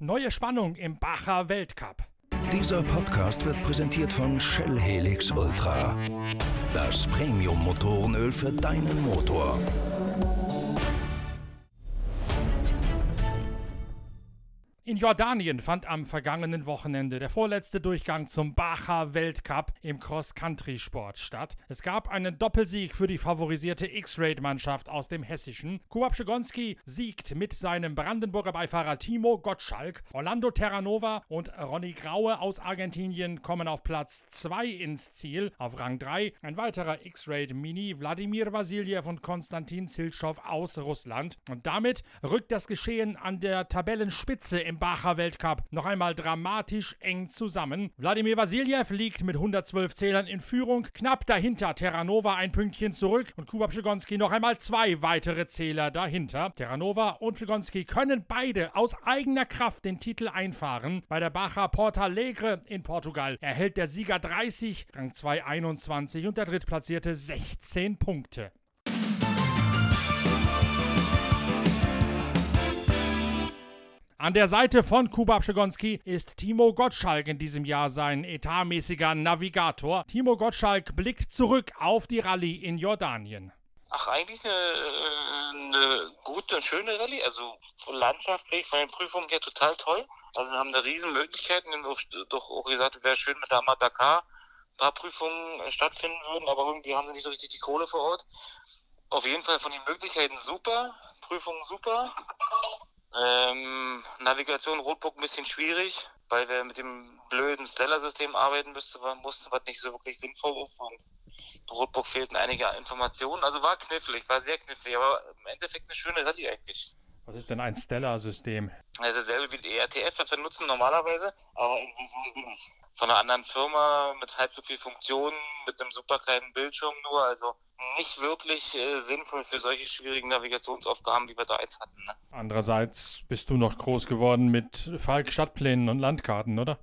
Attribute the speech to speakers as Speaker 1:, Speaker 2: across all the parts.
Speaker 1: Neue Spannung im Bacher Weltcup.
Speaker 2: Dieser Podcast wird präsentiert von Shell Helix Ultra. Das Premium-Motorenöl für deinen Motor.
Speaker 1: In Jordanien fand am vergangenen Wochenende der vorletzte Durchgang zum Bacher Weltcup im Cross-Country-Sport statt. Es gab einen Doppelsieg für die favorisierte X-Raid-Mannschaft aus dem Hessischen. Kuba Pszegonski siegt mit seinem Brandenburger Beifahrer Timo Gottschalk. Orlando Terranova und Ronny Graue aus Argentinien kommen auf Platz 2 ins Ziel. Auf Rang 3 ein weiterer X-Raid-Mini, Wladimir Wassiljew und Konstantin Siltschow aus Russland. Und damit rückt das Geschehen an der Tabellenspitze im Bacher Weltcup noch einmal dramatisch eng zusammen. Wladimir Wassiljew liegt mit 112 Zählern in Führung, knapp dahinter Terranova ein Pünktchen zurück und Kuba Pszegonski noch einmal 2 weitere Zähler dahinter. Terranova und Pszegonski können beide aus eigener Kraft den Titel einfahren. Bei der Bacher Porto Alegre in Portugal erhält der Sieger 30, Rang 2 21 und der Drittplatzierte 16 Punkte. An der Seite von Kuba Pszegonski ist Timo Gottschalk in diesem Jahr sein etatmäßiger Navigator. Timo Gottschalk blickt zurück auf die Rallye in Jordanien.
Speaker 3: Ach, eigentlich eine gute und schöne Rallye, also landschaftlich, von den Prüfungen her total toll. Also wir haben da riesen Möglichkeiten, doch auch gesagt, wäre schön, mit der Dakar ein paar Prüfungen stattfinden würden, aber irgendwie haben sie nicht so richtig die Kohle vor Ort. Auf jeden Fall von den Möglichkeiten super, Prüfungen super. Navigation Roadbook ein bisschen schwierig, weil wir mit dem blöden Stellar-System arbeiten mussten, was nicht so wirklich sinnvoll ist. Und im Roadbook fehlten einige Informationen. Also war sehr knifflig, aber im Endeffekt eine schöne Rallye eigentlich.
Speaker 1: Was ist denn ein Stellar-System?
Speaker 3: Also dasselbe wie die ERTF, das wir nutzen normalerweise, aber irgendwie so wenig. Von einer anderen Firma mit halb so viel Funktionen, mit einem super kleinen Bildschirm nur, also nicht wirklich sinnvoll für solche schwierigen Navigationsaufgaben, wie wir da jetzt hatten. Ne?
Speaker 1: Andererseits bist du noch groß geworden mit Falk-Stadtplänen und Landkarten, oder?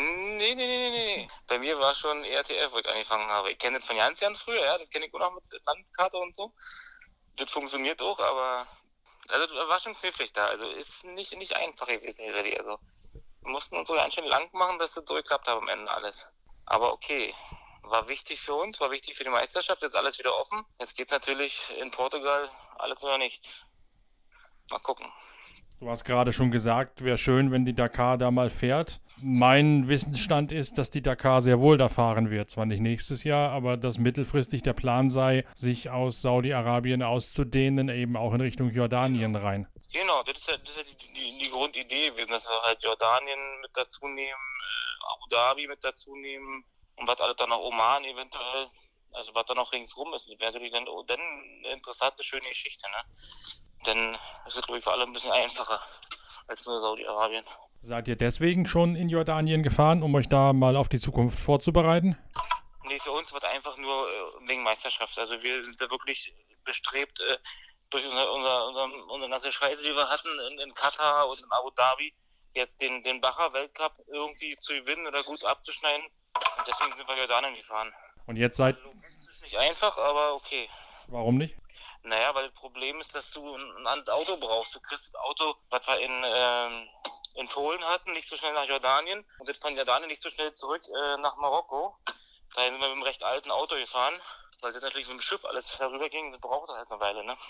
Speaker 3: Nee. Bei mir war schon ERTF, wo ich angefangen habe. Ich kenne das von ganz früher, ja, das kenne ich auch noch mit Landkarte und so. Das funktioniert auch, aber also war schon knifflig da. Also ist nicht einfach gewesen, die Rallye. Also wir mussten uns so ganz schön lang machen, dass das so geklappt hat am Ende alles. Aber okay. War wichtig für uns, war wichtig für die Meisterschaft, jetzt alles wieder offen. Jetzt geht's natürlich in Portugal alles oder nichts. Mal gucken.
Speaker 1: Du hast gerade schon gesagt, wäre schön, wenn die Dakar da mal fährt. Mein Wissensstand ist, dass die Dakar sehr wohl da fahren wird. Zwar nicht nächstes Jahr, aber dass mittelfristig der Plan sei, sich aus Saudi-Arabien auszudehnen, eben auch in Richtung Jordanien rein.
Speaker 3: Genau, das ist ja die Grundidee gewesen, dass wir halt Jordanien mit dazu nehmen, Abu Dhabi mit dazu nehmen. Und was alles dann noch Oman eventuell, also was da noch ringsrum ist, wäre natürlich dann eine interessante, schöne Geschichte, ne? Dann ist es, glaube ich, für alle ein bisschen einfacher als nur Saudi-Arabien.
Speaker 1: Seid ihr deswegen schon in Jordanien gefahren, um euch da mal auf die Zukunft vorzubereiten?
Speaker 3: Nee, für uns wird einfach nur wegen Meisterschaft. Also wir sind da wirklich bestrebt, durch unsere ganze Scheiße, die wir hatten in Katar und in Abu Dhabi, jetzt den Bacher Weltcup irgendwie zu gewinnen oder gut abzuschneiden. Und deswegen sind wir Jordanien gefahren.
Speaker 1: Und jetzt seid...
Speaker 3: Logistisch nicht einfach, aber okay.
Speaker 1: Warum nicht?
Speaker 3: Naja, weil das Problem ist, dass du ein Auto brauchst. Du kriegst ein Auto, was wir in Polen hatten, nicht so schnell nach Jordanien. Und jetzt von Jordanien nicht so schnell zurück nach Marokko. Da sind wir mit einem recht alten Auto gefahren. Weil das natürlich mit dem Schiff alles darüber ging. Das braucht halt eine Weile, ne?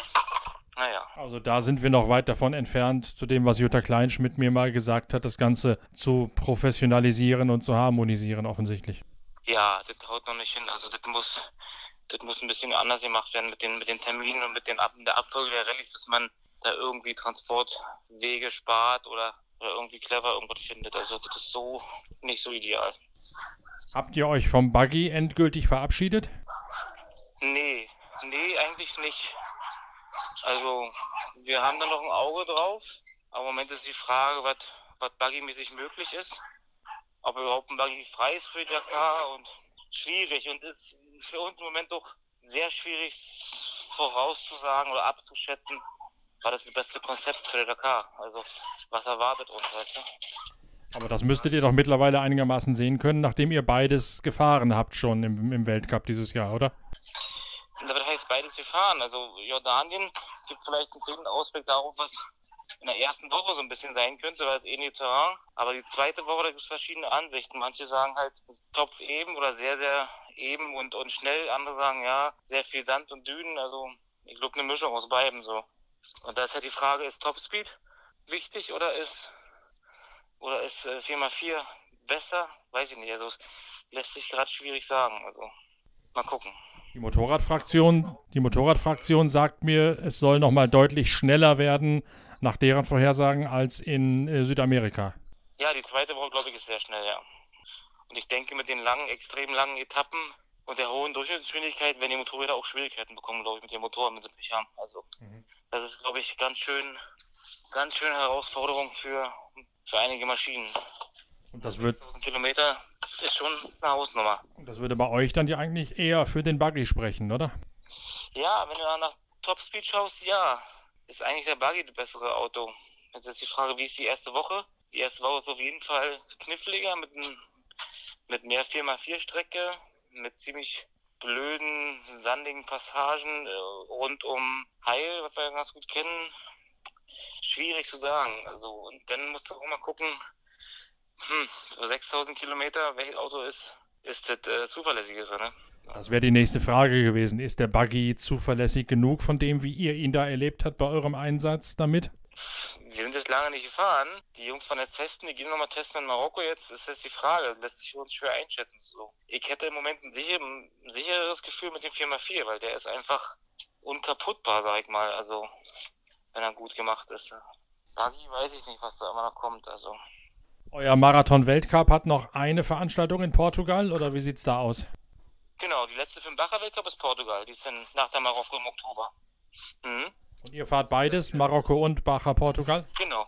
Speaker 3: Naja.
Speaker 1: Also da sind wir noch weit davon entfernt, zu dem, was Jutta Kleinschmidt mir mal gesagt hat, das Ganze zu professionalisieren und zu harmonisieren offensichtlich.
Speaker 3: Ja, das haut noch nicht hin. Also das muss ein bisschen anders gemacht werden mit den Terminen und mit der Abfolge der Rallyes, dass man da irgendwie Transportwege spart oder irgendwie clever irgendwas findet. Also das ist so nicht so ideal.
Speaker 1: Habt ihr euch vom Buggy endgültig verabschiedet?
Speaker 3: Nee, eigentlich nicht. Also, wir haben da noch ein Auge drauf, aber im Moment ist die Frage, was buggymäßig möglich ist. Ob überhaupt ein Buggy frei ist für die Dakar und schwierig und ist für uns im Moment doch sehr schwierig vorauszusagen oder abzuschätzen, war das beste Konzept für die Dakar. Also, was erwartet uns, weißt du?
Speaker 1: Aber das müsstet ihr doch mittlerweile einigermaßen sehen können, nachdem ihr beides gefahren habt schon im Weltcup dieses Jahr, oder?
Speaker 3: Das heißt beides gefahren. Also Jordanien gibt vielleicht einen kleinen Ausblick darauf, in der ersten Woche so ein bisschen sein könnte, weil es ähnlich Terrain. Aber die zweite Woche, da gibt es verschiedene Ansichten. Manche sagen halt Topf eben oder sehr, sehr eben und schnell. Andere sagen, ja, sehr viel Sand und Dünen. Also ich glaube, eine Mischung aus beiden so. Und da ist halt die Frage, ist Topspeed wichtig oder ist 4x4 besser? Weiß ich nicht. Also lässt sich gerade schwierig sagen. Also mal gucken.
Speaker 1: Die Motorradfraktion sagt mir, es soll nochmal deutlich schneller werden, nach deren Vorhersagen, als in Südamerika.
Speaker 3: Ja, die zweite Woche, glaube ich, ist sehr schnell, ja. Und ich denke, mit den extrem langen Etappen und der hohen Durchschnittsgeschwindigkeit werden die Motorräder auch Schwierigkeiten bekommen, glaube ich, mit den Motoren, wenn sie Pech haben. Also, das ist, glaube ich, ganz schön Herausforderung für einige Maschinen.
Speaker 1: Und das wird
Speaker 3: 1000 Kilometer ist schon eine Hausnummer.
Speaker 1: Und das würde bei euch dann ja eigentlich eher für den Buggy sprechen, oder?
Speaker 3: Ja, wenn du nach Topspeed schaust, ja, ist eigentlich der Buggy das bessere Auto. Jetzt ist die Frage, wie ist die erste Woche? Die erste Woche ist auf jeden Fall kniffliger mit mehr 4x4-Strecke, mit ziemlich blöden, sandigen Passagen rund um Heil, was wir ganz gut kennen. Schwierig zu sagen. Also, und dann musst du auch mal gucken, 6000 Kilometer, welches Auto ist das zuverlässigere, ne?
Speaker 1: Das wäre die nächste Frage gewesen. Ist der Buggy zuverlässig genug von dem, wie ihr ihn da erlebt habt bei eurem Einsatz damit?
Speaker 3: Wir sind jetzt lange nicht gefahren. Die Jungs von jetzt testen, die gehen nochmal testen in Marokko jetzt. Ist jetzt die Frage, das lässt sich für uns schwer einschätzen. So. Ich hätte im Moment ein sichereres Gefühl mit dem 4x4, weil der ist einfach unkaputtbar, sag ich mal. Also, wenn er gut gemacht ist. Buggy weiß ich nicht, was da immer noch kommt. Also.
Speaker 1: Euer Marathon-Weltcup hat noch eine Veranstaltung in Portugal, oder wie sieht's da aus?
Speaker 3: Genau, die letzte für den Bacher-Weltcup ist Portugal. Die ist dann nach der Marokko im Oktober. Mhm.
Speaker 1: Und ihr fahrt beides, Marokko und Bacher Portugal?
Speaker 3: Genau.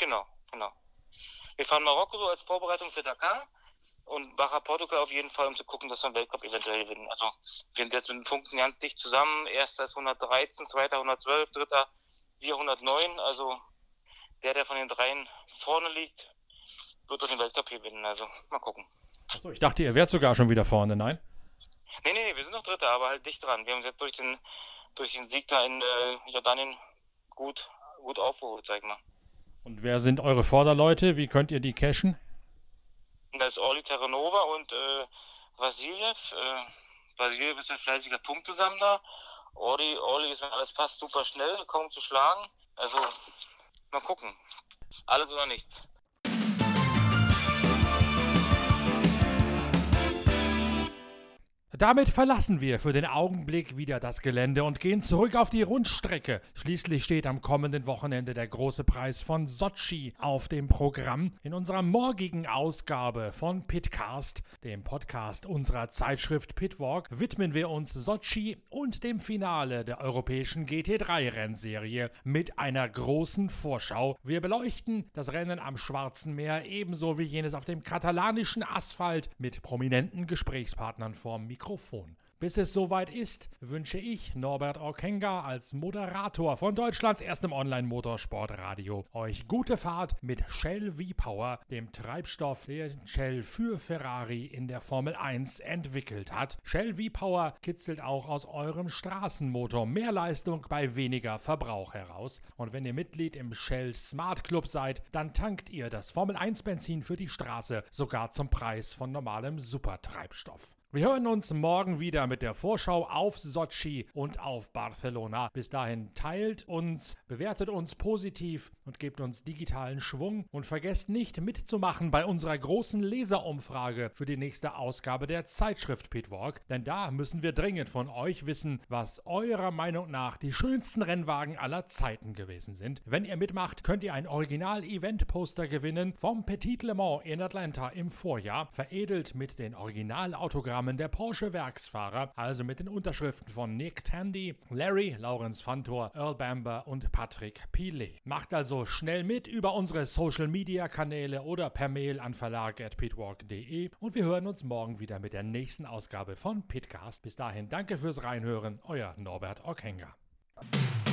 Speaker 3: Wir fahren Marokko so als Vorbereitung für Dakar und Bacher Portugal auf jeden Fall, um zu gucken, dass wir den Weltcup eventuell gewinnen. Also wir sind jetzt mit den Punkten ganz dicht zusammen. Erster ist 113, zweiter 112, dritter 409. Also der von den dreien vorne liegt, wird doch den Weltcup gewinnen. Also mal gucken.
Speaker 1: Achso, ich dachte, ihr wärt sogar schon wieder vorne, nein?
Speaker 3: Nee, wir sind noch Dritter, aber halt dicht dran. Wir haben uns jetzt durch den Sieg da in Jordanien gut aufgeholt, sag ich mal.
Speaker 1: Und wer sind eure Vorderleute? Wie könnt ihr die cashen?
Speaker 3: Da ist Orly Terranova und Vasiljev. Vasiljev ist ein fleißiger Punktesammler. Orly ist, wenn alles passt, super schnell, kaum zu schlagen. Also, mal gucken. Alles oder nichts.
Speaker 1: Damit verlassen wir für den Augenblick wieder das Gelände und gehen zurück auf die Rundstrecke. Schließlich steht am kommenden Wochenende der große Preis von Sotschi auf dem Programm. In unserer morgigen Ausgabe von Pitcast, dem Podcast unserer Zeitschrift Pitwalk, widmen wir uns Sotschi und dem Finale der europäischen GT3-Rennserie mit einer großen Vorschau. Wir beleuchten das Rennen am Schwarzen Meer ebenso wie jenes auf dem katalanischen Asphalt mit prominenten Gesprächspartnern vorm Mikrofon. Bis es soweit ist, wünsche ich, Norbert Okenga, als Moderator von Deutschlands erstem Online-Motorsportradio, euch gute Fahrt mit Shell V-Power, dem Treibstoff, den Shell für Ferrari in der Formel 1 entwickelt hat. Shell V-Power kitzelt auch aus eurem Straßenmotor mehr Leistung bei weniger Verbrauch heraus. Und wenn ihr Mitglied im Shell Smart Club seid, dann tankt ihr das Formel 1 Benzin für die Straße sogar zum Preis von normalem Supertreibstoff. Wir hören uns morgen wieder mit der Vorschau auf Sotschi und auf Barcelona. Bis dahin teilt uns, bewertet uns positiv und gebt uns digitalen Schwung. Und vergesst nicht mitzumachen bei unserer großen Leserumfrage für die nächste Ausgabe der Zeitschrift Pitwalk. Denn da müssen wir dringend von euch wissen, was eurer Meinung nach die schönsten Rennwagen aller Zeiten gewesen sind. Wenn ihr mitmacht, könnt ihr ein Original-Event-Poster gewinnen vom Petit Le Mans in Atlanta im Vorjahr, veredelt mit den Originalautogrammen der Porsche-Werksfahrer, also mit den Unterschriften von Nick Tandy, Larry, Laurens Fantor, Earl Bamber und Patrick Pilet. Macht also schnell mit über unsere Social-Media-Kanäle oder per Mail an verlag@pitwalk.de und wir hören uns morgen wieder mit der nächsten Ausgabe von Pitcast. Bis dahin danke fürs Reinhören, euer Norbert Okenga.